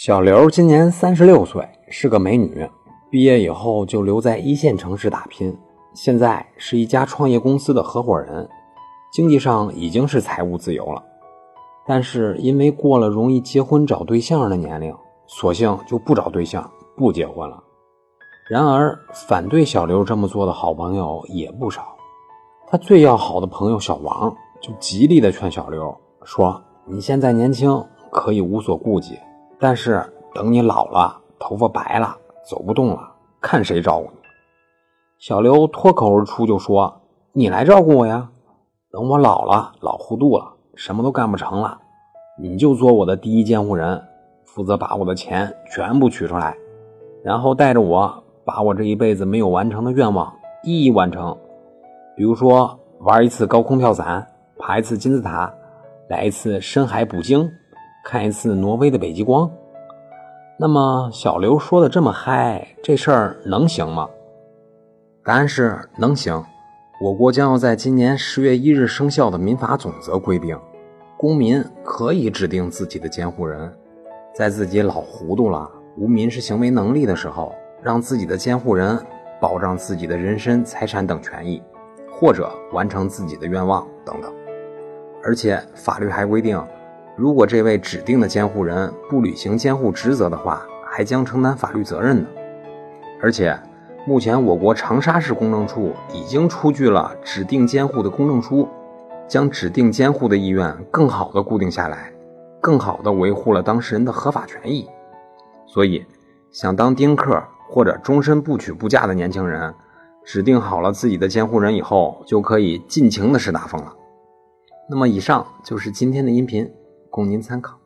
小刘今年36岁，是个美女，毕业以后就留在一线城市打拼，现在是一家创业公司的合伙人，经济上已经是财务自由了。但是因为过了容易结婚找对象的年龄，索性就不找对象，不结婚了。然而反对小刘这么做的好朋友也不少，他最要好的朋友小王就极力的劝小刘说，你现在年轻可以无所顾忌，但是等你老了，头发白了，走不动了，看谁照顾你。小刘脱口而出就说，你来照顾我呀，等我老了，老糊涂了，什么都干不成了，你就做我的第一监护人，负责把我的钱全部取出来，然后带着我把我这一辈子没有完成的愿望一一完成。比如说玩一次高空跳伞，爬一次金字塔，来一次深海捕鲸，看一次挪威的北极光。那么小刘说的这么嗨，这事儿能行吗？答案是能行。我国将要在今年10月1日生效的民法总则规定，公民可以指定自己的监护人，在自己老糊涂了，无民事行为能力的时候，让自己的监护人保障自己的人身、财产等权益，或者完成自己的愿望等等。而且法律还规定，如果这位指定的监护人不履行监护职责的话，还将承担法律责任呢。而且目前我国长沙市公证处已经出具了指定监护的公证书，将指定监护的意愿更好地固定下来，更好地维护了当事人的合法权益。所以想当丁克或者终身不娶不嫁的年轻人，指定好了自己的监护人以后，就可以尽情的是大风了。那么以上就是今天的音频，供您参考。